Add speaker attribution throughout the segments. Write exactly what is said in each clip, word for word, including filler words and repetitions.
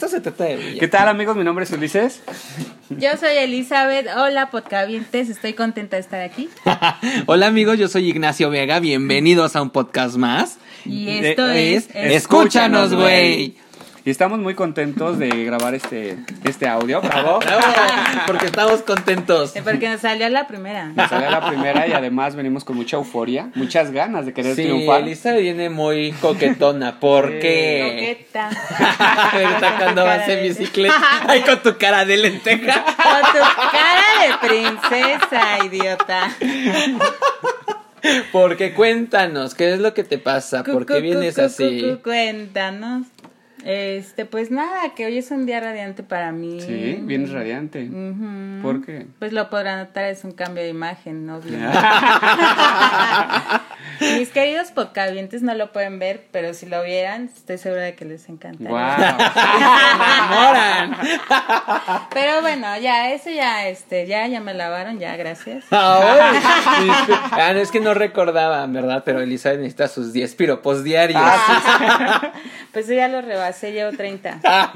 Speaker 1: Esto se trata de brillar.
Speaker 2: ¿Qué tal, amigos? Mi nombre es Ulises.
Speaker 3: Yo soy Elizabeth. Hola, podcavientes. Estoy contenta de estar aquí.
Speaker 1: Hola, amigos. Yo soy Ignacio Vega. Bienvenidos a un podcast más.
Speaker 3: Y esto
Speaker 1: De-
Speaker 3: es...
Speaker 1: Escúchanos, güey.
Speaker 2: Y estamos muy contentos de grabar este, este audio. Bravo.
Speaker 1: Bravo, porque estamos contentos.
Speaker 3: Porque nos salió la primera.
Speaker 2: Nos salió la primera y además venimos con mucha euforia, muchas ganas de querer
Speaker 1: Sí,
Speaker 2: triunfar.
Speaker 1: Elisa viene muy coquetona porque
Speaker 3: Coqueta.
Speaker 1: ahorita cuando vas en bicicleta, ay, con tu cara de lenteja.
Speaker 3: Con tu cara de princesa, idiota.
Speaker 1: Porque cuéntanos, ¿qué es lo que te pasa? ¿Por qué
Speaker 3: Cu, cu,
Speaker 1: vienes
Speaker 3: cu,
Speaker 1: así?
Speaker 3: cu, cu, Cuéntanos. Este, pues nada, que hoy es un día radiante para mí.
Speaker 2: Sí, vienes radiante.
Speaker 3: Ujú.
Speaker 2: ¿Por qué?
Speaker 3: Pues lo podrán notar, es un cambio de imagen, ¿no? Mis queridos podcavientes no lo pueden ver, pero si lo vieran, estoy segura de que les encantaría.
Speaker 2: Wow.
Speaker 1: enamoran.
Speaker 3: Pero bueno, ya, eso ya, este, ya, ya me lavaron, ya, gracias.
Speaker 1: Ay, sí, ah, no, es que no recordaba, ¿verdad? Pero Elisa necesita sus diez piropos diarios.
Speaker 3: Pues yo ya lo rebasé, llevo treinta.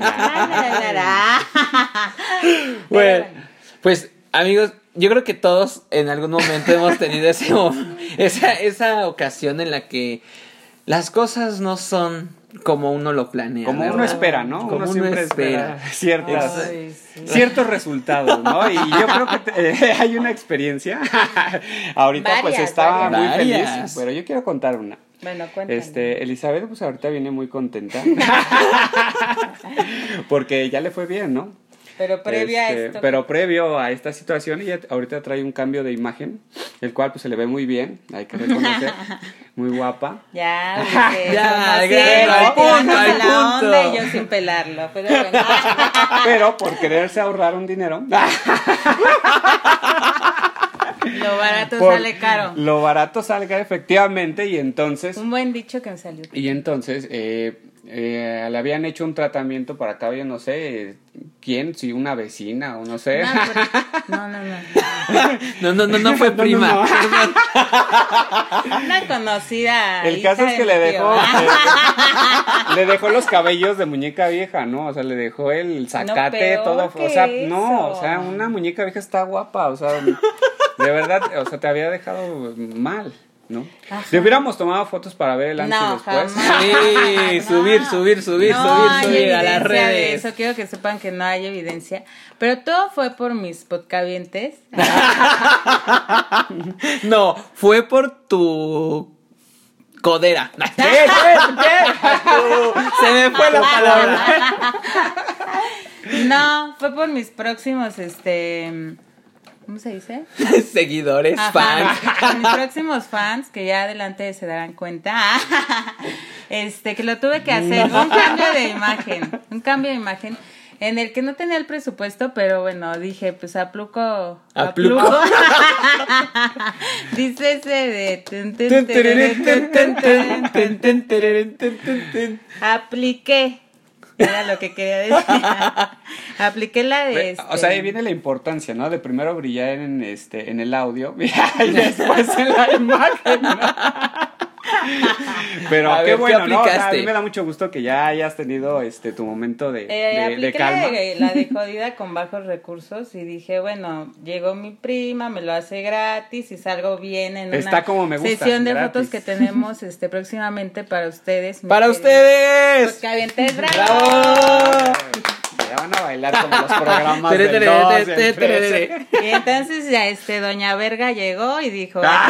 Speaker 1: Bueno, pues amigos, yo creo que todos en algún momento hemos tenido ese, mo- esa, esa ocasión en la que las cosas no son como uno lo planea.
Speaker 2: Como
Speaker 1: ¿verdad?
Speaker 2: uno espera, ¿no?
Speaker 1: Como
Speaker 2: uno
Speaker 1: uno
Speaker 2: siempre
Speaker 1: espera.
Speaker 2: espera ciertas,
Speaker 3: Ay, sí.
Speaker 2: ciertos resultados, ¿no? Y yo creo que te- eh, hay una experiencia. Ahorita pues
Speaker 3: Varias,
Speaker 2: estaba
Speaker 3: varias.
Speaker 2: muy
Speaker 1: Varias.
Speaker 2: feliz, pero yo quiero contar una.
Speaker 3: Bueno, cuéntame.
Speaker 2: Este, Elizabeth pues ahorita viene muy contenta. Porque ya le fue bien, ¿no?
Speaker 3: Pero previa
Speaker 2: Este,
Speaker 3: a esto.
Speaker 2: Pero previo a esta situación, ella ahorita trae un cambio de imagen, el cual pues se le ve muy bien, hay que reconocer, muy guapa.
Speaker 3: Ya, Ulises,
Speaker 1: Ya,
Speaker 3: como
Speaker 1: que-
Speaker 3: siempre,
Speaker 1: al punto,
Speaker 3: tirándose
Speaker 1: al
Speaker 3: la
Speaker 1: punto.
Speaker 3: onda y yo sin pelarlo. Pero bueno.
Speaker 2: Pero por quererse ahorrar un dinero,
Speaker 3: Lo barato
Speaker 2: por-
Speaker 3: sale caro.
Speaker 2: Lo barato salga efectivamente y entonces,
Speaker 3: Un buen dicho que me salió.
Speaker 2: y entonces eh, eh, le habían hecho un tratamiento para cabello, no sé, quién, si una vecina o no sé.
Speaker 3: No, pero- no, no, no.
Speaker 1: No, no, no, no fue
Speaker 2: No, no,
Speaker 1: prima.
Speaker 2: no.
Speaker 3: Una conocida.
Speaker 2: El
Speaker 3: hija
Speaker 2: caso es
Speaker 3: de
Speaker 2: que
Speaker 3: mi
Speaker 2: le
Speaker 3: tío.
Speaker 2: dejó, eh, le dejó los cabellos de muñeca vieja, ¿no? O sea, le dejó el zacate,
Speaker 3: peor
Speaker 2: todo,
Speaker 3: que
Speaker 2: o sea,
Speaker 3: eso.
Speaker 2: no, o sea, una muñeca vieja está guapa, o sea, de verdad, o sea, te había dejado mal, ¿no?
Speaker 3: Ajá.
Speaker 2: Le hubiéramos tomado fotos para ver el antes
Speaker 3: No,
Speaker 2: y después.
Speaker 3: jamás.
Speaker 1: Sí, subir, subir, subir,
Speaker 3: No
Speaker 1: subir,
Speaker 3: hay
Speaker 1: subir a las
Speaker 3: evidencia de
Speaker 1: redes.
Speaker 3: eso, quiero que sepan que no hay evidencia. Pero todo fue por mis podcavientes.
Speaker 1: No, fue por tu codera.
Speaker 2: ¿Qué? ¿Qué? ¿Qué?
Speaker 1: Se me fue la palabra.
Speaker 3: No, fue por mis próximos, este, ¿cómo se dice?
Speaker 1: Seguidores,
Speaker 3: Ajá,
Speaker 1: fans.
Speaker 3: por mis próximos fans, que ya adelante se darán cuenta, este, que lo tuve que hacer, un cambio de imagen, un cambio de imagen, en el que no tenía el presupuesto, pero bueno, dije, pues apluco,
Speaker 1: Apluco.
Speaker 3: dice ese de, tun, tun,
Speaker 1: Tun,
Speaker 3: tereré,
Speaker 1: tereré,
Speaker 3: tun, tun, tun,
Speaker 1: tun, tun, tereré, tun, tun, tun.
Speaker 3: apliqué, era lo que quería decir, apliqué la de este.
Speaker 2: O sea, ahí viene la importancia, ¿no? De primero brillar en este, en el audio y después en la imagen, ¿no? Pero
Speaker 1: A
Speaker 2: qué
Speaker 1: ver, ¿qué
Speaker 2: bueno, ¿no? O sea, a
Speaker 1: aplicaste?
Speaker 2: mí me da mucho gusto que ya hayas tenido este tu momento de,
Speaker 3: Eh,
Speaker 2: de- de
Speaker 3: apliqué
Speaker 2: calma.
Speaker 3: La, de, la de jodida con bajos recursos y dije, bueno, llegó mi prima, me lo hace gratis y salgo bien en
Speaker 2: Está
Speaker 3: una
Speaker 2: como me gusta,
Speaker 3: sesión de
Speaker 2: gratis.
Speaker 3: fotos que tenemos este próximamente para ustedes. mis
Speaker 1: ¡Para
Speaker 3: queridos
Speaker 1: ustedes!
Speaker 3: podcavientes, ¡bravo!
Speaker 1: ¡Bravo!
Speaker 2: Ya van a bailar como los programas
Speaker 1: Tere,
Speaker 2: del
Speaker 1: tere,
Speaker 2: dos,
Speaker 1: tere,
Speaker 2: del
Speaker 1: tere,
Speaker 2: trece.
Speaker 1: tere.
Speaker 3: Y entonces ya este Doña Verga llegó y dijo,
Speaker 2: Ah.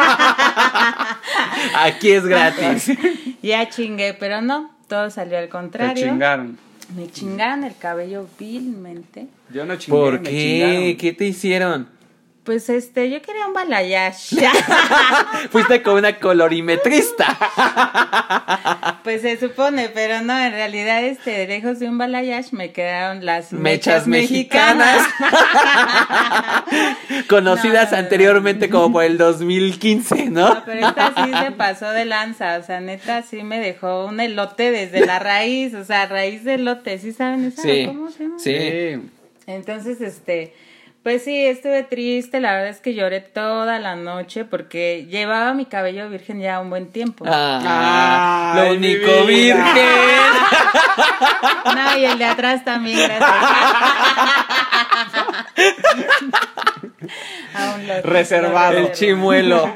Speaker 3: aquí
Speaker 1: Aquí es gratis.
Speaker 3: ya chingué, pero no, todo salió al
Speaker 2: Te
Speaker 3: contrario.
Speaker 2: chingaron.
Speaker 3: Me chingaron el cabello vilmente.
Speaker 2: Yo no chingué,
Speaker 1: ¿Por
Speaker 2: me
Speaker 1: qué?
Speaker 2: chingaron.
Speaker 1: ¿Qué te hicieron?
Speaker 3: Pues este, yo quería un balayage.
Speaker 1: Fuiste con una colorimetrista.
Speaker 3: Pues se supone, pero no, en realidad, este, lejos de un balayage me quedaron las
Speaker 1: Mechas
Speaker 3: mechas,
Speaker 1: mexicanas.
Speaker 3: mexicanas.
Speaker 1: Conocidas
Speaker 3: No, no, no.
Speaker 1: anteriormente como por el dos mil quince, ¿no?
Speaker 3: No, pero esta sí se pasó de lanza, o sea, neta sí me dejó un elote desde la raíz, o sea, raíz de elote, ¿sí saben esa?
Speaker 1: Sí,
Speaker 3: ¿Cómo se llama?
Speaker 1: sí.
Speaker 3: Entonces, este, Pues sí, estuve triste, la verdad es que lloré toda la noche porque llevaba mi cabello virgen ya un buen tiempo.
Speaker 1: Ah,
Speaker 2: Ay,
Speaker 1: lo
Speaker 2: mi
Speaker 1: único
Speaker 2: vida.
Speaker 1: virgen.
Speaker 3: No, y el de atrás también, gracias. Aún lo-
Speaker 2: Reservado.
Speaker 3: lo
Speaker 1: El
Speaker 3: reservo.
Speaker 1: chimuelo.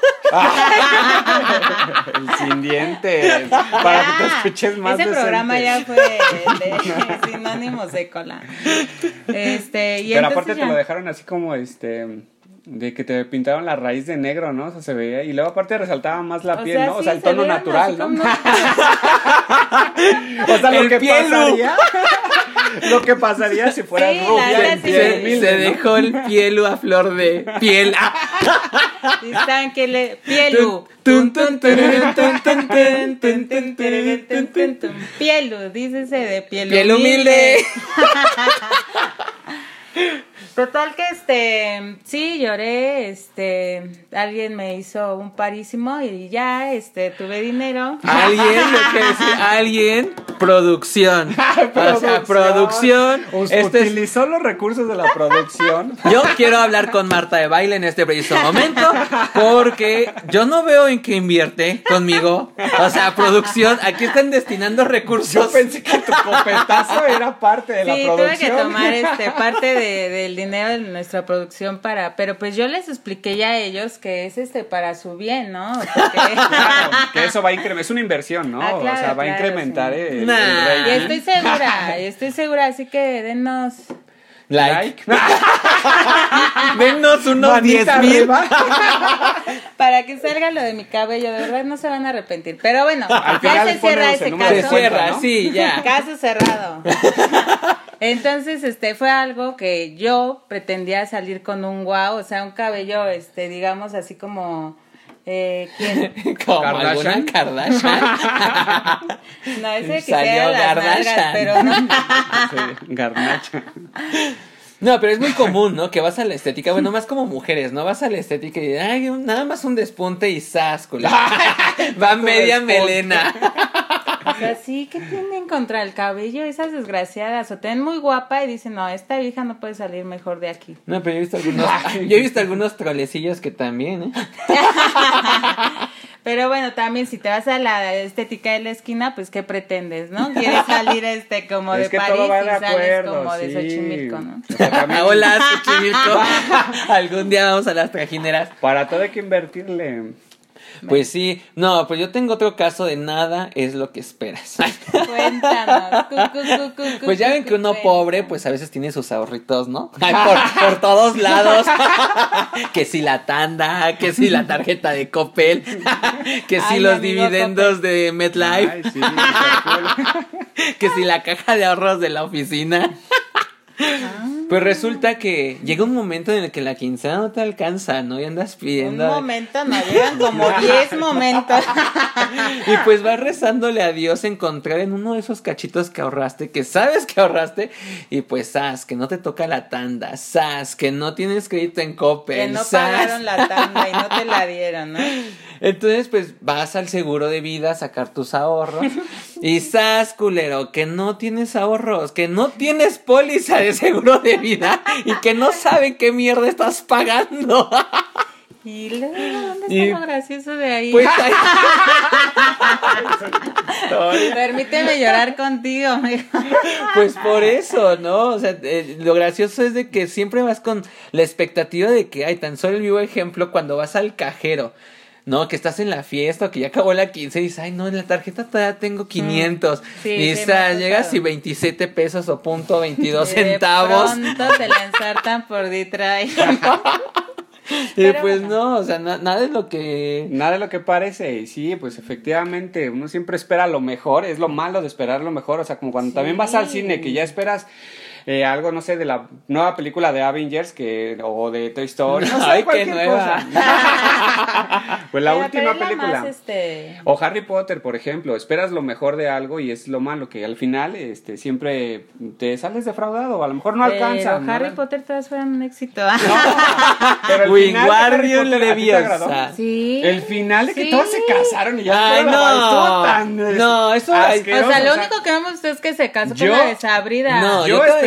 Speaker 2: El sin dientes. Para que te escuches más
Speaker 3: Ese programa
Speaker 2: decente.
Speaker 3: ya fue de sinónimos de cola. Este, y
Speaker 2: Pero
Speaker 3: entonces
Speaker 2: aparte
Speaker 3: ya-
Speaker 2: te lo dejaron así como este. De que te pintaron la raíz de negro, ¿no? O sea, se veía. Y luego aparte resaltaba más la
Speaker 3: O
Speaker 2: piel,
Speaker 3: sea,
Speaker 2: ¿no? O
Speaker 3: sí,
Speaker 2: sea, el
Speaker 3: se
Speaker 2: tono
Speaker 3: vieron
Speaker 2: natural,
Speaker 3: así
Speaker 2: ¿no?
Speaker 3: como-
Speaker 2: O sea, lo
Speaker 1: El
Speaker 2: que
Speaker 1: pielu.
Speaker 2: pasaría. Lo que pasaría si fueras
Speaker 3: Sí, la
Speaker 2: rubia
Speaker 3: verdad
Speaker 2: en
Speaker 3: sí.
Speaker 2: piel
Speaker 1: Se,
Speaker 2: humilde,
Speaker 1: se
Speaker 2: ¿no?
Speaker 1: dejó el pielu a flor de piel.
Speaker 3: Y saben que le pielu.
Speaker 1: Tun, tun, tururun, tun, tun, tun, tun, tun, tururun, tun, tun, tun.
Speaker 3: Pielu, dícese de piel,
Speaker 1: Piel humilde.
Speaker 3: Total que este, sí, lloré, este, alguien me hizo un parísimo y ya, este, tuve dinero.
Speaker 1: Alguien, lo que decir, alguien, producción. O sea, producción.
Speaker 2: Us-
Speaker 1: Este es-
Speaker 2: utilizó los recursos de la producción.
Speaker 1: yo quiero hablar con Marta de Baile en este preciso momento porque yo no veo en qué invierte conmigo. O sea, producción, aquí están destinando recursos.
Speaker 2: Yo pensé que tu copetazo era parte de la
Speaker 3: Sí,
Speaker 2: producción.
Speaker 3: tuve que tomar este parte de, del dinero de nuestra producción para, pero pues yo les expliqué ya a ellos que es este para su bien, ¿no? Porque
Speaker 2: Claro, que eso va a incrementar, es una inversión, ¿no?
Speaker 3: Ah, claro,
Speaker 2: o sea, va a
Speaker 3: claro,
Speaker 2: incrementar
Speaker 3: sí.
Speaker 2: el,
Speaker 1: Nah.
Speaker 2: el
Speaker 3: y
Speaker 2: rating.
Speaker 3: estoy segura, y estoy segura, así que denos
Speaker 1: Like.
Speaker 2: Like.
Speaker 1: Denos unos
Speaker 2: Manita
Speaker 1: diez mil.
Speaker 2: arriba.
Speaker 3: para que salga lo de mi cabello, de verdad no se van a arrepentir. Pero bueno,
Speaker 2: Al
Speaker 3: ya
Speaker 2: final
Speaker 3: se
Speaker 2: les ponemos
Speaker 3: cierra
Speaker 2: el
Speaker 3: ese
Speaker 2: número
Speaker 1: Se
Speaker 2: de
Speaker 3: caso.
Speaker 2: cuenta,
Speaker 1: cierra,
Speaker 2: ¿no?
Speaker 1: sí, ya.
Speaker 3: Caso cerrado. Entonces, este, fue algo que yo pretendía salir con un guau, o sea, un cabello, este, digamos así como, eh, ¿quién?
Speaker 1: Como
Speaker 2: Kardashian.
Speaker 1: alguna Kardashian.
Speaker 3: No, ese que
Speaker 1: Salió
Speaker 3: sea las
Speaker 1: Kardashian.
Speaker 3: nalgas, pero no.
Speaker 2: Sí, garnacha.
Speaker 1: No, pero es muy común, ¿no? Que vas a la estética, bueno, más como mujeres, ¿no? Vas a la estética y ay, un- nada más un despunte y sáscula. Va media
Speaker 2: despunte.
Speaker 1: melena.
Speaker 3: O sea, sí, ¿qué tienen contra el cabello esas desgraciadas? O te ven muy guapa y dicen, no, esta vieja no puede salir mejor de aquí.
Speaker 1: No, pero yo he visto algunos, yo he visto algunos trolecillos que también, ¿eh?
Speaker 3: Pero bueno, también si te vas a la estética de la esquina, pues ¿qué pretendes, no? Quieres salir este como de
Speaker 2: Es que
Speaker 3: París
Speaker 2: todo va
Speaker 3: y
Speaker 2: de
Speaker 3: sales
Speaker 2: acuerdo,
Speaker 3: como de
Speaker 2: sí.
Speaker 3: Xochimilco, ¿no?
Speaker 2: O sea, también
Speaker 1: Hola, Xochimilco. Algún día vamos a las trajineras.
Speaker 2: para todo hay que invertirle.
Speaker 1: Pues sí, no, pues yo tengo otro caso de nada es lo que esperas.
Speaker 3: Cuéntanos. Cu, cu, cu, cu, cu,
Speaker 1: Pues ya
Speaker 3: cu,
Speaker 1: ven
Speaker 3: cu,
Speaker 1: que uno
Speaker 3: cuéntanos.
Speaker 1: pobre, pues a veces tiene sus ahorritos, ¿no? Ay, por, por todos lados. Que si la tanda, que si la tarjeta de Coppel, que si
Speaker 3: Ay,
Speaker 1: los
Speaker 3: mi amigo
Speaker 1: dividendos de MetLife,
Speaker 2: Ay, sí, calcula.
Speaker 1: que si la caja de ahorros de la oficina. Pues resulta que llega un momento en el que la quincena no te alcanza, ¿no? Y andas
Speaker 3: Un
Speaker 1: pidiendo.
Speaker 3: momento, no, llegan como diez momentos.
Speaker 1: Y pues vas rezándole a Dios encontrar en uno de esos cachitos que ahorraste, que sabes que ahorraste, y pues sas, que no te toca la tanda, sas, que no tienes crédito en Coppel,
Speaker 3: Que no
Speaker 1: sas.
Speaker 3: pagaron la tanda y no te la dieron, ¿no?
Speaker 1: Entonces, pues vas al seguro de vida a sacar tus ahorros. Y sas, culero, que no tienes ahorros, que no tienes póliza de seguro de vida y que no saben qué mierda estás pagando.
Speaker 3: Y luego, ¿dónde está
Speaker 1: Y-
Speaker 3: lo gracioso de ahí?
Speaker 1: Pues ahí-
Speaker 3: Permíteme llorar contigo, amigo.
Speaker 1: Pues por eso, ¿no? O sea, eh, lo gracioso es de que siempre vas con la expectativa de que hay tan solo el vivo ejemplo cuando vas al cajero, ¿no? Que estás en la fiesta o que ya acabó la quince y dices, ay, no, en la tarjeta todavía tengo quinientos.
Speaker 3: Sí,
Speaker 1: y
Speaker 3: sí,
Speaker 1: o
Speaker 3: me ha
Speaker 1: sea,
Speaker 3: pasado.
Speaker 1: llegas y veintisiete pesos o punto veintidós
Speaker 3: Y de
Speaker 1: centavos.
Speaker 3: pronto te la ensartan por detrás.
Speaker 1: Y
Speaker 3: Pero
Speaker 1: pues
Speaker 3: bueno.
Speaker 1: no, o sea, na- nada es lo que...
Speaker 2: Nada de lo que parece, y sí, pues efectivamente, uno siempre espera lo mejor, es lo malo de esperar lo mejor, o sea, como cuando
Speaker 3: Sí.
Speaker 2: también vas al cine, que ya esperas eh, algo, no sé, de la nueva película de Avengers, que o de Toy Story, no sé,
Speaker 1: Ay, qué
Speaker 2: cualquier
Speaker 1: nueva.
Speaker 2: cosa. Pues la
Speaker 3: Pero-
Speaker 2: última
Speaker 3: pero es la
Speaker 2: película.
Speaker 3: más, este...
Speaker 2: O Harry Potter, por ejemplo, esperas lo mejor de algo y es lo malo, que al final este siempre te sales defraudado, a lo mejor no alcanza.
Speaker 3: Pero
Speaker 2: ¿no?
Speaker 3: Harry Potter todas fueron un éxito.
Speaker 2: Pero el final de Harry
Speaker 1: Wingardium
Speaker 2: Potter, ¿a ti te agradó?
Speaker 1: Leviosa.
Speaker 3: Sí.
Speaker 2: El final de que
Speaker 3: Sí.
Speaker 2: todos se casaron y ya
Speaker 1: Ay,
Speaker 2: pero
Speaker 1: no.
Speaker 2: estuvo tan
Speaker 1: No, eso-
Speaker 3: O
Speaker 2: asqueroso,
Speaker 3: sea, lo
Speaker 2: o sea,
Speaker 3: único que me gustó es que se casó
Speaker 2: yo-
Speaker 3: con la desabrida.
Speaker 1: No,
Speaker 2: yo
Speaker 1: yo te voy a
Speaker 2: esperé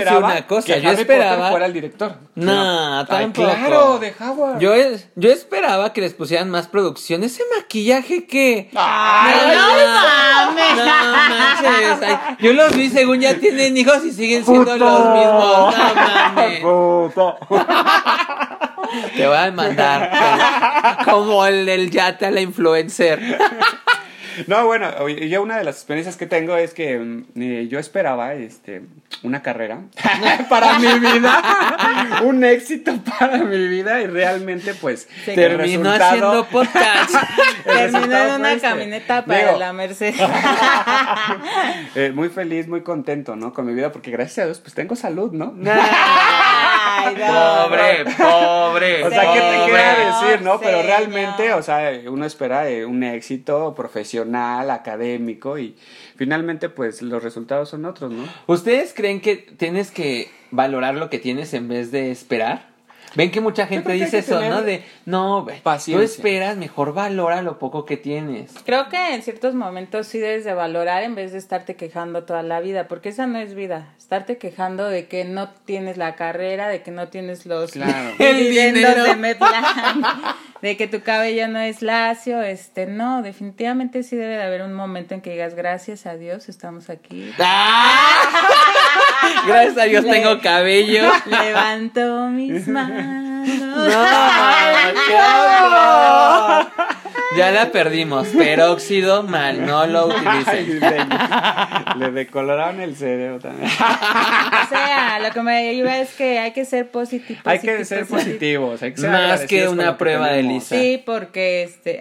Speaker 2: esperaba
Speaker 1: una cosa,
Speaker 2: que
Speaker 1: yo
Speaker 2: Harry
Speaker 1: esperaba
Speaker 2: Potter fuera el director.
Speaker 1: No,
Speaker 2: Ay,
Speaker 1: tampoco.
Speaker 2: claro, de Howard.
Speaker 1: Yo, es- yo esperaba que les pusieran más producción. Ese maquillaje que.
Speaker 2: Ay,
Speaker 3: no mames.
Speaker 1: No manches. Ay, yo los vi según ya tienen hijos y siguen siendo los mismos. No mames.
Speaker 2: Puto.
Speaker 1: Te voy a mandar como el del yate a la influencer.
Speaker 2: No, bueno, oye, yo una de las experiencias que tengo es que mm, eh, yo esperaba este una carrera para mi vida, un éxito para mi vida y realmente pues
Speaker 3: Se
Speaker 2: el
Speaker 1: Terminó
Speaker 2: resultado-
Speaker 1: haciendo podcast.
Speaker 2: el
Speaker 3: Terminó
Speaker 2: resultado
Speaker 3: en
Speaker 2: fue
Speaker 3: una
Speaker 2: este.
Speaker 3: camioneta para
Speaker 2: Digo,
Speaker 3: la Merced.
Speaker 2: eh, muy feliz, muy contento, ¿no? Con mi vida porque gracias a Dios pues tengo salud, ¿no?
Speaker 3: Ay, no.
Speaker 1: Pobre, pobre.
Speaker 2: O sea, ¿qué te
Speaker 1: pobre.
Speaker 2: quería decir, no? Pero
Speaker 3: Señor.
Speaker 2: realmente, o sea, uno espera eh, un éxito profesional, académico y finalmente, pues, los resultados son otros, ¿no?
Speaker 1: ¿Ustedes creen que tienes que valorar lo que tienes en vez de esperar? Ven que mucha gente
Speaker 2: creo que
Speaker 1: dice
Speaker 2: hay que
Speaker 1: eso,
Speaker 2: tener
Speaker 1: ¿no? De, no, ve, tú
Speaker 2: paciencia.
Speaker 1: esperas, mejor valora lo poco que tienes.
Speaker 3: Creo que en ciertos momentos sí debes de valorar en vez de estarte quejando toda la vida, porque esa no es vida. Estarte quejando de que no tienes la carrera, de que no tienes los
Speaker 2: Claro.
Speaker 1: El
Speaker 3: dividendos
Speaker 1: dinero.
Speaker 3: de Medline, de que tu cabello no es lacio, este, no, definitivamente sí debe de haber un momento en que digas gracias a Dios, estamos aquí.
Speaker 1: ¡Ah! Gracias a Dios
Speaker 3: Le-
Speaker 1: tengo cabello.
Speaker 3: Levanto mis manos.
Speaker 1: No, qué horror. Ya la perdimos. Peróxido mal, no lo
Speaker 2: Ay,
Speaker 1: utilicen.
Speaker 2: le, le decoloraron el cerebro también.
Speaker 3: O sea, lo que me iba es que hay que ser positivo.
Speaker 2: Hay que ser positivos, hay que ser
Speaker 1: Más que
Speaker 2: agradecidos con
Speaker 1: una
Speaker 2: lo que
Speaker 1: prueba de
Speaker 2: tenemos.
Speaker 1: Lisa.
Speaker 3: Sí, porque este.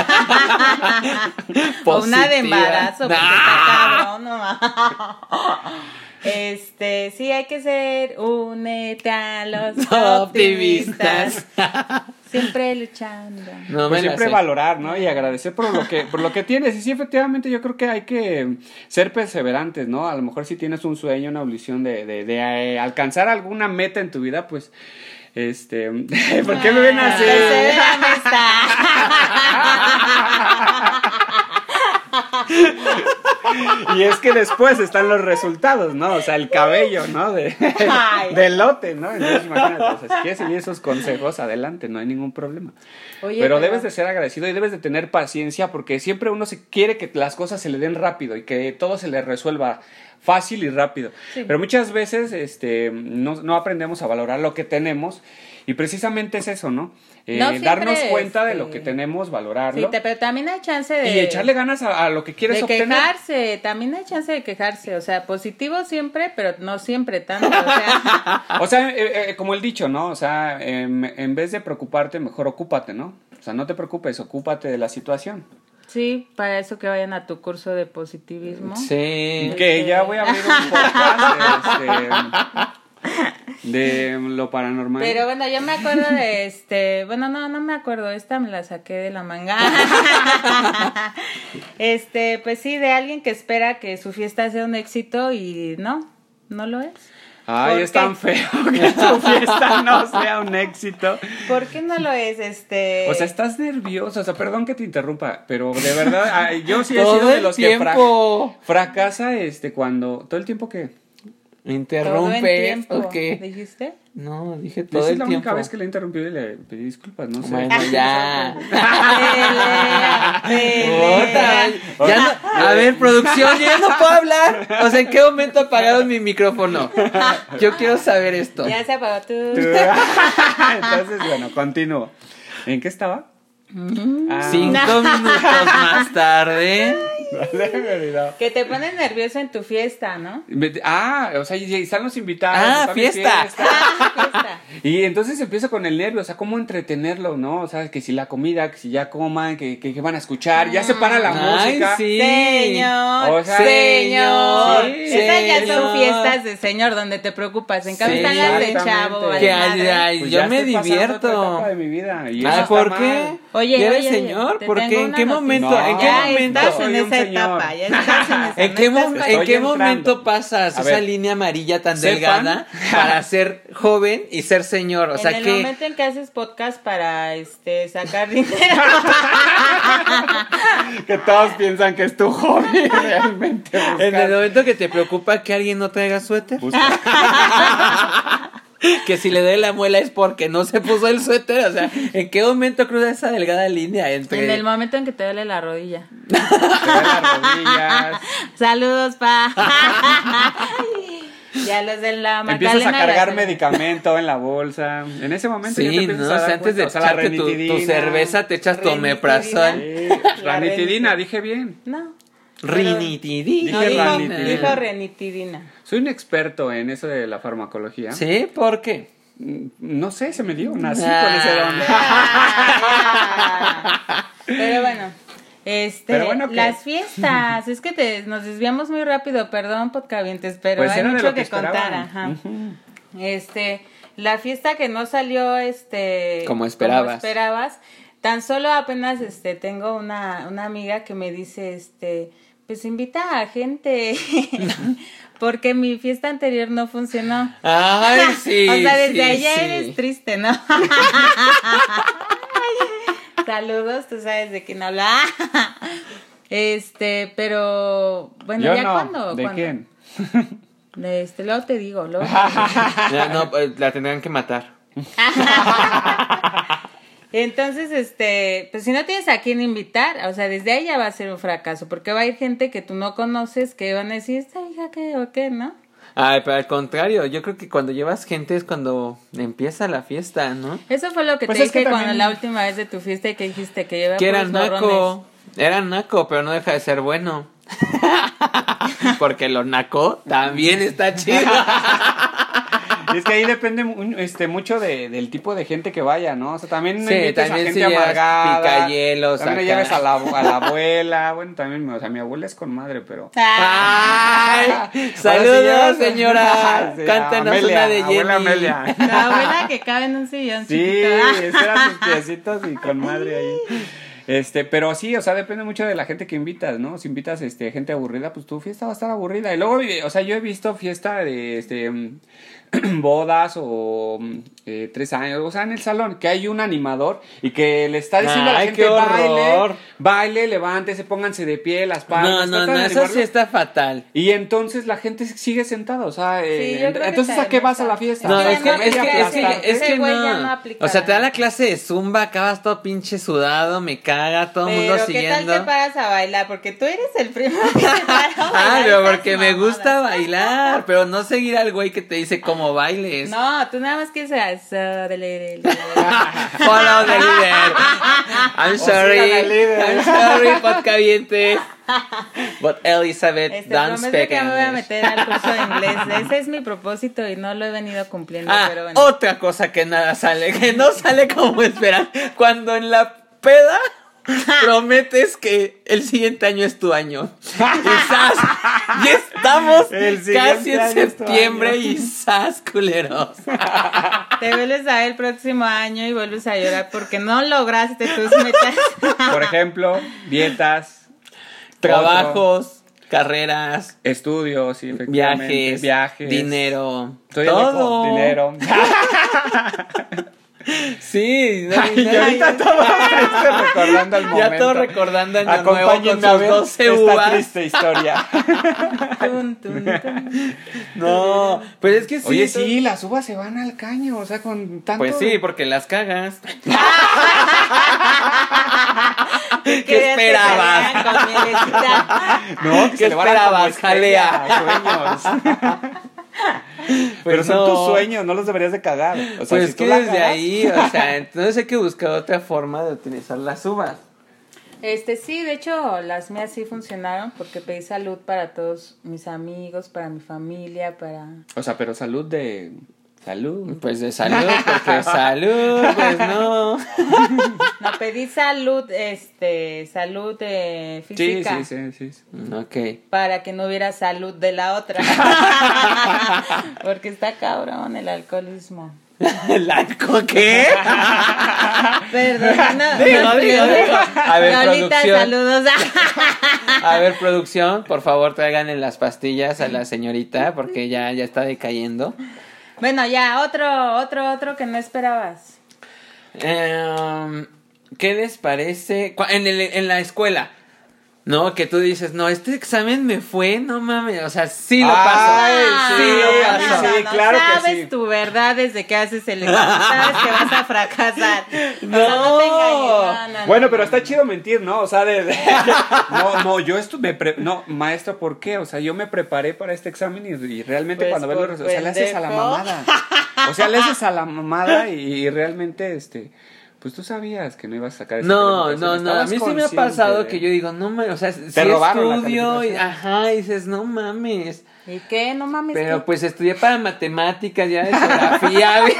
Speaker 3: O una de
Speaker 1: Positiva.
Speaker 3: embarazo, porque
Speaker 1: ¡Ah!
Speaker 3: está cabrón, no. Este, sí, hay que ser únete a los optimistas.
Speaker 1: Optimistas.
Speaker 3: Siempre luchando.
Speaker 1: No
Speaker 2: Pues
Speaker 1: me la
Speaker 2: siempre
Speaker 1: sé.
Speaker 2: valorar, ¿no? Y agradecer por lo que por lo que tienes. Y sí, efectivamente, yo creo que hay que ser perseverantes, ¿no? A lo mejor si tienes un sueño, una ilusión de, de, de eh, alcanzar alguna meta en tu vida, pues, este... ¿Por qué me ven así?
Speaker 3: Persevera, está.
Speaker 2: Y es que después están los resultados, ¿no? O sea, el cabello, ¿no? De,
Speaker 3: Ay.
Speaker 2: del lote, ¿no? Entonces, imagínate, o sea, si quieres seguir esos consejos, adelante, no hay ningún problema.
Speaker 3: Oye,
Speaker 2: pero,
Speaker 3: pero-
Speaker 2: debes de ser agradecido y debes de tener paciencia porque siempre uno se quiere que las cosas se le den rápido y que todo se le resuelva fácil y rápido.
Speaker 3: Sí.
Speaker 2: Pero muchas veces este, no, no aprendemos a valorar lo que tenemos y precisamente es eso, ¿no? Eh,
Speaker 3: No siempre,
Speaker 2: darnos cuenta de
Speaker 3: este,
Speaker 2: lo que tenemos,
Speaker 3: Sí,
Speaker 2: valorarlo
Speaker 3: te- pero también hay chance de.
Speaker 2: y echarle ganas a, a lo que quieres
Speaker 3: de
Speaker 2: obtener.
Speaker 3: quejarse, también hay chance de quejarse, o sea, positivo siempre, pero no siempre tanto, o sea,
Speaker 2: O sea, eh, eh, como el dicho, ¿no? O sea, em, en vez de preocuparte, mejor ocúpate, ¿no? O sea, no te preocupes, ocúpate de la situación.
Speaker 3: sí, para eso que vayan a tu curso de positivismo.
Speaker 1: Sí.
Speaker 2: Que ya voy a abrir un podcast este, de lo paranormal.
Speaker 3: Pero bueno, yo me acuerdo de este, bueno, no, no me acuerdo, esta me la saqué de la manga. Este, pues sí, de alguien que espera que su fiesta sea un éxito y no, no lo es.
Speaker 2: Ay,
Speaker 3: ¿Por
Speaker 2: es
Speaker 3: qué?
Speaker 2: tan feo que tu fiesta no sea un éxito.
Speaker 3: ¿Por qué no lo es? Este.
Speaker 2: O sea, estás nervioso, o sea, perdón que te interrumpa, pero de verdad, ay, yo sí he
Speaker 1: Todo
Speaker 2: sido de
Speaker 1: el
Speaker 2: los que fra-
Speaker 1: tiempo.
Speaker 2: fracasa este cuando todo el tiempo que
Speaker 3: todo en
Speaker 1: ¿Interrumpes
Speaker 3: tiempo,
Speaker 1: o qué?
Speaker 3: ¿dijiste?
Speaker 1: No, dije todo
Speaker 2: esa
Speaker 1: el
Speaker 2: es la
Speaker 1: tiempo.
Speaker 2: única vez que le interrumpí y le pedí disculpas, no sé.
Speaker 1: Bueno, ya.
Speaker 3: Pelea, pelea.
Speaker 1: Puta, ya no- a ver, producción, yo ya no puedo hablar. O sea, ¿en qué momento apagaron mi micrófono? Yo quiero saber esto.
Speaker 3: Ya se apagó tu.
Speaker 2: Entonces, bueno, continúo. ¿En qué estaba? Ah,
Speaker 1: Cinco minutos más tarde.
Speaker 2: vale, me olvidó.
Speaker 3: Que te pones nervioso en tu fiesta, ¿no?
Speaker 2: Me- Ah, o sea, y y están los invitados.
Speaker 1: Ah,
Speaker 2: está mi
Speaker 1: fiesta.
Speaker 3: Ah, fiesta.
Speaker 2: Y entonces empieza con el nervio, o sea, cómo entretenerlo, ¿no? O sea, que si la comida, que si ya coman, que, que, que van a escuchar, ya se para la
Speaker 1: Ay,
Speaker 2: música.
Speaker 1: sí.
Speaker 3: Señor,
Speaker 2: O sea,
Speaker 3: señor.
Speaker 1: sí,
Speaker 3: Esas ya
Speaker 1: señor.
Speaker 3: son fiestas de señor donde te preocupas. En cambio
Speaker 1: Sí,
Speaker 3: están las de
Speaker 2: exactamente.
Speaker 3: chavo. vale
Speaker 1: Que
Speaker 3: madre.
Speaker 1: ay, ay,
Speaker 2: Pues
Speaker 1: yo
Speaker 2: ya
Speaker 1: me
Speaker 2: estoy pasando
Speaker 1: divierto.
Speaker 2: otra etapa de mi vida, y eso
Speaker 1: Ah,
Speaker 2: está
Speaker 1: ¿por
Speaker 2: mal.
Speaker 1: qué?
Speaker 3: Oye,
Speaker 1: ¿Ya eres
Speaker 3: oye, oye,
Speaker 1: señor?
Speaker 3: te
Speaker 1: ¿Por
Speaker 3: tengo
Speaker 1: qué? ¿En
Speaker 3: una
Speaker 1: qué
Speaker 3: noticia.
Speaker 1: momento?
Speaker 2: No,
Speaker 1: ¿En qué
Speaker 3: ya
Speaker 1: momento?
Speaker 3: estás
Speaker 2: Soy
Speaker 3: en
Speaker 2: un
Speaker 3: esa
Speaker 2: señor.
Speaker 3: etapa. Ya estás en esa.
Speaker 1: ¿En qué,
Speaker 3: no estás
Speaker 1: mom-
Speaker 2: Estoy
Speaker 1: ¿En qué
Speaker 2: entrando.
Speaker 1: momento pasas
Speaker 2: A
Speaker 1: esa
Speaker 2: ver.
Speaker 1: línea amarilla tan
Speaker 2: Sepan.
Speaker 1: delgada para ser joven y ser ser señor, o
Speaker 3: en
Speaker 1: sea
Speaker 3: el
Speaker 1: que...
Speaker 3: momento en que haces podcast para este sacar dinero.
Speaker 2: Que todos piensan que es tu hobby realmente. Buscar.
Speaker 1: En el momento que te preocupa que alguien no traiga suéter. Que si le duele la muela es porque no se puso el suéter. O sea, ¿en qué momento cruza esa delgada línea entre...
Speaker 3: En el momento en que te duele la rodilla.
Speaker 2: Te duele las rodillas.
Speaker 3: Saludos, pa. Ya los de la Magdalena.
Speaker 2: Empiezas a cargar
Speaker 3: las-
Speaker 2: medicamento en la bolsa. En ese momento ya te
Speaker 1: Sí,
Speaker 2: empiezas
Speaker 1: ¿no?
Speaker 2: a
Speaker 1: O
Speaker 2: dar
Speaker 1: sea, antes de
Speaker 2: cuenta. O sea, la
Speaker 1: echarte tu, tu
Speaker 2: ranitidina.
Speaker 1: cerveza te echas tu omeprazol.
Speaker 2: Sí,
Speaker 3: La
Speaker 2: ranitidina,
Speaker 3: ranitidina.
Speaker 2: dije bien.
Speaker 3: No.
Speaker 1: Rinitidina.
Speaker 3: No,
Speaker 2: Dije
Speaker 3: dijo,
Speaker 2: ranitidina.
Speaker 3: dijo renitidina.
Speaker 2: Soy un experto en eso de la farmacología.
Speaker 1: ¿Sí? ¿Por qué?
Speaker 2: Mm, No sé, se me dio. Nací
Speaker 1: Ah.
Speaker 2: con ese don.
Speaker 3: Ah, Pero bueno, este,
Speaker 2: Pero bueno, ¿qué?
Speaker 3: las fiestas, es que te, nos desviamos muy rápido, perdón, podcavientes, pero
Speaker 2: Pues
Speaker 3: hay
Speaker 2: era de
Speaker 3: mucho
Speaker 2: lo
Speaker 3: que,
Speaker 2: que
Speaker 3: contar,
Speaker 2: esperaban.
Speaker 3: ajá.
Speaker 2: Ujú.
Speaker 3: Este, la fiesta que no salió, este,
Speaker 1: Como esperabas.
Speaker 3: como esperabas, tan solo apenas, este, tengo una, una amiga que me dice, este, pues invita a gente, porque mi fiesta anterior no funcionó.
Speaker 1: Ay, sí.
Speaker 3: O sea, desde
Speaker 1: sí,
Speaker 3: allá
Speaker 1: sí.
Speaker 3: eres triste, ¿no? Saludos, tú sabes de quién habla. Este, pero bueno,
Speaker 2: Yo
Speaker 3: ya
Speaker 2: no.
Speaker 3: cuando,
Speaker 2: ¿De
Speaker 3: cuando-
Speaker 2: quién?
Speaker 3: de este, luego te digo, luego te digo.
Speaker 1: Ya, no, pues, la tendrán que matar.
Speaker 3: Entonces, este, pues si no tienes a quién invitar, o sea, desde ahí ya va a ser un fracaso, porque va a ir gente que tú no conoces que van a decir, esta hija qué o qué, ¿no?
Speaker 1: Ay, pero al contrario, yo creo que cuando llevas gente es cuando empieza la fiesta, ¿no?
Speaker 3: Eso fue lo que
Speaker 2: Pues
Speaker 3: te
Speaker 2: es que
Speaker 3: dije
Speaker 2: también-
Speaker 3: cuando la última vez de tu fiesta y que dijiste que lleva
Speaker 1: Que era
Speaker 3: puros borrones.
Speaker 1: naco. Era naco, pero no deja de ser bueno. Porque lo naco también está chido.
Speaker 2: Y es que ahí depende mu- este, mucho de, del tipo de gente que vaya, ¿no? O sea, también no
Speaker 1: Sí,
Speaker 2: invites
Speaker 1: también
Speaker 2: a
Speaker 1: si
Speaker 2: gente
Speaker 1: llevas
Speaker 2: amargada.
Speaker 1: picayelos
Speaker 2: También no
Speaker 1: acá.
Speaker 2: lleves a la, a la abuela. Bueno, también, o sea, mi abuela es con madre, pero...
Speaker 3: Ah,
Speaker 1: ¡Ay! ¡Saludos,
Speaker 2: llevas-
Speaker 1: señora!
Speaker 2: Sí,
Speaker 1: Cántanos
Speaker 2: Amelia,
Speaker 1: una de Jenny.
Speaker 2: abuela Amelia.
Speaker 3: la abuela que cabe en un sillón
Speaker 2: Sí,
Speaker 3: chiquito.
Speaker 2: esos eran sus piecitos y con madre ahí. Este, pero sí, o sea, depende mucho de la gente que invitas, ¿no? Si invitas este gente aburrida, pues tu fiesta va a estar aburrida. Y luego, o sea, yo he visto fiesta de este bodas o eh, tres años, o sea, en el salón, que hay un animador y que le está diciendo a la
Speaker 1: Ay,
Speaker 2: gente
Speaker 1: qué
Speaker 2: baile,
Speaker 1: horror.
Speaker 2: baile, levántese, pónganse de pie, las palmas.
Speaker 1: No, no,
Speaker 2: tratan
Speaker 1: no,
Speaker 2: de
Speaker 1: eso
Speaker 2: animarlo.
Speaker 1: sí está fatal.
Speaker 2: Y entonces la gente sigue sentada, o sea, eh,
Speaker 3: yo creo que
Speaker 2: entonces ¿a
Speaker 3: también
Speaker 2: qué vas a
Speaker 3: está-
Speaker 2: la fiesta?
Speaker 1: No,
Speaker 3: Sí,
Speaker 1: es que,
Speaker 3: ya
Speaker 1: es que, es que,
Speaker 2: aplastante.
Speaker 1: es que
Speaker 3: Ese güey ya no
Speaker 1: no.
Speaker 3: aplica.
Speaker 1: O sea, te da la clase de zumba, acabas todo pinche sudado, me caga, todo el mundo
Speaker 3: Pero ¿qué tal
Speaker 1: siguiendo.
Speaker 3: te paras a bailar? Porque tú eres el primero que se para a bailar
Speaker 1: Ah, pero
Speaker 3: esas
Speaker 1: porque me
Speaker 3: mamadas.
Speaker 1: gusta bailar, pero no seguir al güey que te dice cómo bailes.
Speaker 3: No, tú nada más quieres hacer de leer.
Speaker 1: Follow the leader. I'm sorry.
Speaker 2: sigan al líder.
Speaker 1: I'm sorry, podcavientes. But Elizabeth
Speaker 3: Este,
Speaker 1: don't
Speaker 3: prometo
Speaker 1: speak
Speaker 3: que ya me voy a
Speaker 1: English.
Speaker 3: meter al curso de inglés. Ese es mi propósito y no lo he venido cumpliendo,
Speaker 1: Ah,
Speaker 3: pero bueno.
Speaker 1: otra cosa que nada sale, que no sale como esperas. Cuando en la peda prometes que el siguiente año es tu año. Y ¡zas! Ya estamos
Speaker 2: El siguiente
Speaker 1: casi en
Speaker 2: año es tu
Speaker 1: septiembre
Speaker 2: año.
Speaker 1: y ¡zas, culeros!
Speaker 3: Te vuelves a ver el próximo año y vuelves a llorar porque no lograste tus metas.
Speaker 2: Por ejemplo, dietas,
Speaker 1: Trabajos, carreras,
Speaker 2: estudios, sí, efectivamente,
Speaker 1: viajes,
Speaker 2: viajes,
Speaker 1: dinero,
Speaker 2: Estoy
Speaker 1: todo.
Speaker 2: loco, dinero.
Speaker 1: Sí, no,
Speaker 2: Ay, y
Speaker 1: no,
Speaker 2: ahorita todo estoy recordando el momento.
Speaker 1: ya todo recordando año nuevo con
Speaker 2: Acompáñenme a
Speaker 1: sus
Speaker 2: ver
Speaker 1: doce
Speaker 2: esta
Speaker 1: uvas.
Speaker 2: triste historia.
Speaker 3: Tun, tun, tun.
Speaker 1: No, pues es que sí.
Speaker 2: Oye,
Speaker 1: to-
Speaker 2: sí, las uvas se van al caño, o sea, con tanto...
Speaker 1: Pues sí, porque las cagas.
Speaker 3: ¿Qué
Speaker 1: ¿Qué esperabas?
Speaker 3: Con mielecita.
Speaker 2: No, que
Speaker 1: ¿Qué
Speaker 2: se le van a dar como
Speaker 1: esperabas, jalea?
Speaker 2: estrella, sueños. Pero
Speaker 1: Pues
Speaker 2: son
Speaker 1: no.
Speaker 2: tus sueños, no los deberías de cagar. O sea,
Speaker 1: Pues
Speaker 2: si tú
Speaker 1: que
Speaker 2: la
Speaker 1: desde
Speaker 2: cagas-
Speaker 1: ahí, o sea, entonces hay que buscar otra forma de utilizar las uvas.
Speaker 3: Este, sí, de hecho, las mías sí funcionaron porque pedí salud para todos mis amigos, para mi familia, para...
Speaker 2: O sea, pero salud de... Salud.
Speaker 1: Pues de salud, porque salud, pues no.
Speaker 3: No, pedí salud, este, salud eh,
Speaker 2: Sí,
Speaker 3: física.
Speaker 2: sí, sí, sí, sí.
Speaker 1: Ok.
Speaker 3: Para que no hubiera salud de la otra. Porque está cabrón el alcoholismo.
Speaker 1: ¿El alco qué?
Speaker 3: Perdón, no.
Speaker 1: Digo,
Speaker 3: no,
Speaker 1: digo,
Speaker 3: no,
Speaker 1: digo. A ver,
Speaker 3: Lolita,
Speaker 1: producción.
Speaker 3: saludos.
Speaker 1: A ver, producción, por favor, traigan las pastillas a la señorita porque ya, ya está decayendo.
Speaker 3: Bueno, ya, otro, otro, otro que no esperabas.
Speaker 1: Eh, ¿Qué les parece? Cu- En, el, en la escuela, ¿no? Que tú dices, no, este examen me fue, no mames. O sea, sí lo paso.
Speaker 2: Ay,
Speaker 1: sí
Speaker 2: sí,
Speaker 1: lo
Speaker 2: a mí
Speaker 1: paso.
Speaker 2: sí, claro que
Speaker 3: sabes
Speaker 2: sí.
Speaker 3: tu verdad desde que haces el examen. Sabes que vas a fracasar.
Speaker 1: No.
Speaker 3: O sea, no te engañes. No, no,
Speaker 2: Bueno,
Speaker 3: no,
Speaker 2: pero
Speaker 3: no.
Speaker 2: está chido mentir, ¿no? O sea, de, de- no, no, yo estuve, pre- no, maestra, ¿por qué? O sea, yo me preparé para este examen y, y realmente
Speaker 3: Pues
Speaker 2: cuando ves los
Speaker 3: por
Speaker 2: resultados, o sea, le haces a la
Speaker 3: pendejo.
Speaker 2: mamada. O sea, le haces a la mamada y, y realmente, este, pues tú sabías que no ibas a sacar esa
Speaker 1: No,
Speaker 2: calificación.
Speaker 1: no, no, a
Speaker 2: Estabas
Speaker 1: mí sí me ha
Speaker 2: consciente
Speaker 1: pasado
Speaker 2: de-
Speaker 1: que yo digo, no mames, o sea, si
Speaker 2: robaron la
Speaker 1: estudio, y,
Speaker 2: calificación.
Speaker 1: ajá, y dices, no mames.
Speaker 3: ¿Y qué? No mames.
Speaker 1: Pero
Speaker 3: ¿qué?
Speaker 1: pues estudié para matemáticas, ya de geografía, güey.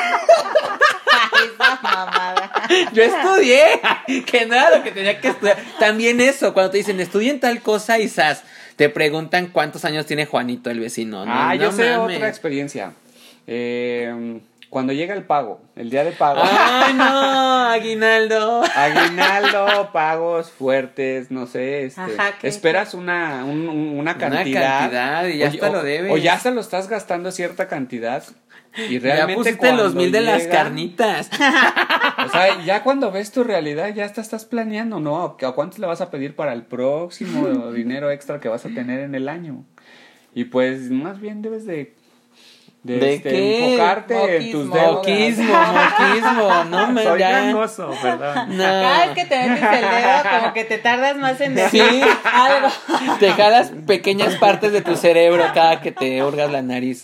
Speaker 3: Esa mamada.
Speaker 1: Yo estudié, que no era lo que tenía que estudiar. También eso, cuando te dicen, estudien tal cosa y sas, te preguntan cuántos años tiene Juanito, el vecino. No,
Speaker 2: Ah,
Speaker 1: no
Speaker 2: yo sé
Speaker 1: mames.
Speaker 2: otra experiencia. Eh, cuando llega el pago, el día de pago.
Speaker 1: Ay, no, aguinaldo.
Speaker 2: Aguinaldo, pagos fuertes, no sé, este,
Speaker 3: Ajá, ¿qué?
Speaker 2: esperas una, un- un- una
Speaker 1: Una
Speaker 2: cantidad.
Speaker 1: cantidad y ya
Speaker 2: o-
Speaker 1: hasta
Speaker 2: o-
Speaker 1: lo debes.
Speaker 2: O ya hasta lo estás gastando cierta cantidad. Y
Speaker 1: Ya
Speaker 2: realmente
Speaker 1: pusiste
Speaker 2: cuando
Speaker 1: los mil de las
Speaker 2: llega-
Speaker 1: carnitas.
Speaker 2: O sea, ya cuando ves tu realidad, ya hasta estás planeando, ¿no? ¿A cuánto le vas a pedir para el próximo dinero extra que vas a tener en el año? Y pues más bien debes de... De,
Speaker 1: ¿De
Speaker 2: este,
Speaker 1: qué?
Speaker 2: enfocarte en tus
Speaker 3: Moquismo.
Speaker 2: deudas.
Speaker 1: Moquismo, moquismo, no me
Speaker 2: Soy
Speaker 1: ya.
Speaker 2: gangoso, perdón.
Speaker 1: No.
Speaker 3: Cada vez que te metes el dedo, como que te tardas más en decir
Speaker 1: Sí.
Speaker 3: algo.
Speaker 1: Te jalas pequeñas partes de tu cerebro cada que te hurgas la nariz.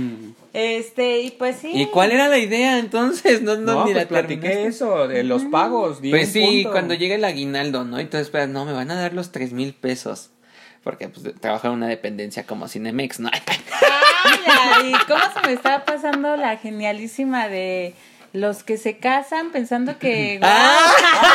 Speaker 3: Este, y pues sí.
Speaker 1: ¿Y cuál era la idea entonces? No, no,
Speaker 2: No,
Speaker 1: ni
Speaker 2: pues
Speaker 1: la
Speaker 2: platiqué
Speaker 1: terminaste.
Speaker 2: eso, de los pagos. di
Speaker 1: Pues
Speaker 2: un
Speaker 1: sí,
Speaker 2: punto.
Speaker 1: cuando llega el aguinaldo, ¿no? Y tú esperas, no, me van a dar los tres mil pesos. Porque pues trabajo en una dependencia como Cinemex, ¿no?
Speaker 3: Ay, y cómo se me estaba pasando la genialísima de los que se casan pensando que
Speaker 1: Ah.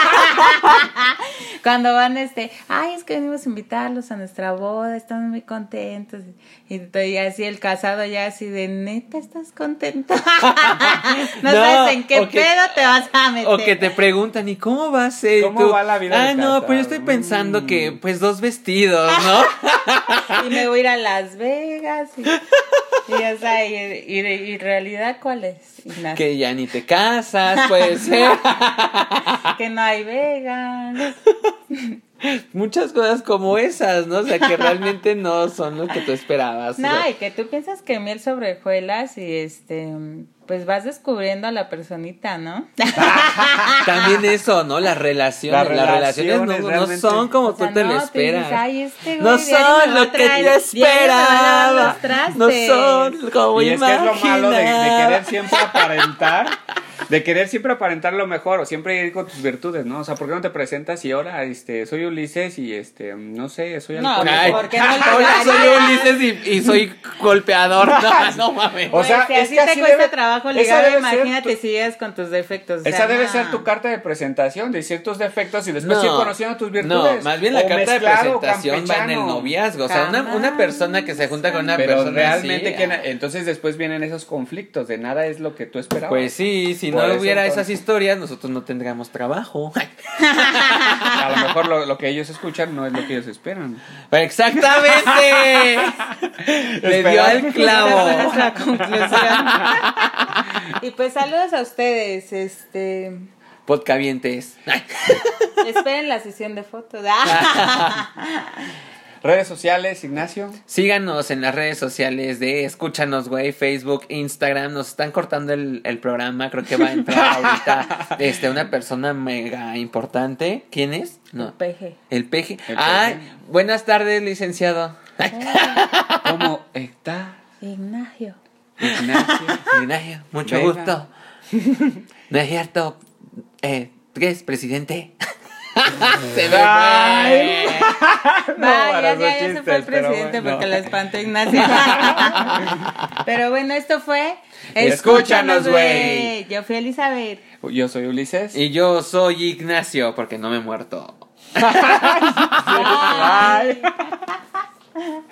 Speaker 3: cuando van este, ay, es que venimos a invitarlos a nuestra boda, estamos muy contentos. Y, y así el casado ya así de, neta, ¿estás contento? no,
Speaker 1: No,
Speaker 3: sabes en qué
Speaker 1: o que-
Speaker 3: pedo te vas a meter.
Speaker 1: O que te preguntan, ¿y cómo va a ser? Y
Speaker 2: ¿Cómo
Speaker 1: tú,
Speaker 2: va la vida de
Speaker 1: Ah, no,
Speaker 2: casado?
Speaker 1: pues yo estoy pensando
Speaker 2: Mm.
Speaker 1: que, pues, dos vestidos, ¿no?
Speaker 3: Y me voy a ir a Las Vegas. Y, y, o sea, y, y, y realidad, ¿cuál es, Ignacio?
Speaker 1: Que ya ni te casas, puede ser.
Speaker 3: Que no hay Vegas.
Speaker 1: Muchas cosas como esas, ¿no? O sea, que realmente no son lo que tú esperabas. o
Speaker 3: No,
Speaker 1: sea.
Speaker 3: y que tú piensas que miel sobre hojuelas y este, pues vas descubriendo a la personita, ¿no?
Speaker 1: También eso, ¿no? Las relaciones.
Speaker 2: Las
Speaker 1: Las relaciones no,
Speaker 2: relaciones
Speaker 1: no
Speaker 2: realmente.
Speaker 1: son como
Speaker 3: O sea,
Speaker 1: tú te lo
Speaker 3: no, tú dices,
Speaker 1: esperas.
Speaker 3: "Ay, este güey
Speaker 1: No
Speaker 3: diario me
Speaker 1: son
Speaker 3: va a
Speaker 1: lo que
Speaker 3: traer-
Speaker 1: yo
Speaker 3: diario me va a lavar los
Speaker 1: esperaba.
Speaker 3: trastes".
Speaker 1: No son como
Speaker 2: Y es que es lo malo de, de
Speaker 1: imaginaba.
Speaker 2: querer siempre aparentar, de querer siempre aparentar lo mejor o siempre ir con tus virtudes, ¿no? O sea, ¿por qué no te presentas y ahora, este, soy Ulises y, este, no sé, soy
Speaker 3: No,
Speaker 2: alcohólico?
Speaker 1: Ay,
Speaker 3: ¿por qué no le
Speaker 1: hola, soy
Speaker 3: pegaría?
Speaker 1: Ulises y, y soy golpeador. No, no mames.
Speaker 2: O sea,
Speaker 3: Pues, si
Speaker 2: es
Speaker 3: así
Speaker 2: que
Speaker 3: te
Speaker 2: así
Speaker 3: cuesta
Speaker 2: debe-
Speaker 3: trabajo
Speaker 2: esa
Speaker 3: ligar,
Speaker 2: debe ser
Speaker 3: imagínate
Speaker 2: tu-
Speaker 3: si llegas con tus defectos. o sea,
Speaker 2: Esa debe
Speaker 3: no.
Speaker 2: ser tu carta de presentación, decir tus defectos y después
Speaker 1: No,
Speaker 2: ir conociendo tus
Speaker 1: no,
Speaker 2: virtudes.
Speaker 1: más bien la
Speaker 2: O
Speaker 1: carta de
Speaker 2: mezclado,
Speaker 1: presentación va en el
Speaker 2: campechano.
Speaker 1: noviazgo. O sea, una, una
Speaker 3: Jamás.
Speaker 1: persona que se junta con una
Speaker 2: Pero
Speaker 1: persona
Speaker 2: realmente,
Speaker 1: así,
Speaker 2: ¿quién-
Speaker 1: ah,
Speaker 2: entonces después vienen esos conflictos, de nada es lo que tú esperabas.
Speaker 1: pues sí, si
Speaker 2: Por
Speaker 1: no
Speaker 2: eso,
Speaker 1: hubiera
Speaker 2: entonces.
Speaker 1: esas historias, nosotros no tendríamos trabajo.
Speaker 2: A lo mejor lo, lo que ellos escuchan no es lo que ellos esperan.
Speaker 1: ¡Exactamente! Le dio al
Speaker 3: Esa fue
Speaker 1: clavo.
Speaker 3: nuestra conclusión. Y pues saludos a ustedes, este,
Speaker 1: Podcavientes.
Speaker 3: esperen la sesión de fotos.
Speaker 2: Redes sociales, Ignacio.
Speaker 1: Síganos en las redes sociales de Escúchanos, güey, Facebook, Instagram. Nos están cortando el, el programa. Creo que va a entrar ahorita este, una persona mega importante. ¿Quién es? No.
Speaker 3: Peje.
Speaker 1: El peje.
Speaker 2: El
Speaker 1: Ay,
Speaker 2: peje.
Speaker 1: buenas tardes, licenciado.
Speaker 2: ¿Cómo está
Speaker 3: Ignacio.
Speaker 2: Ignacio?
Speaker 1: Ignacio, mucho
Speaker 2: Venga.
Speaker 1: gusto. No es cierto. Eh, ¿Qué es, presidente? Se me
Speaker 2: Ay.
Speaker 1: fue.
Speaker 2: No,
Speaker 3: Vaya,
Speaker 2: para
Speaker 3: ya,
Speaker 2: esos
Speaker 3: ya se
Speaker 2: chistes,
Speaker 3: fue el
Speaker 2: pero
Speaker 3: presidente
Speaker 2: bueno.
Speaker 3: porque la espantó Ignacio. Pero bueno, esto fue
Speaker 2: Escúchanos, güey.
Speaker 3: Yo fui Elizabeth.
Speaker 2: Yo soy Ulises.
Speaker 1: Y yo soy Ignacio, porque no me he muerto.
Speaker 2: Bye.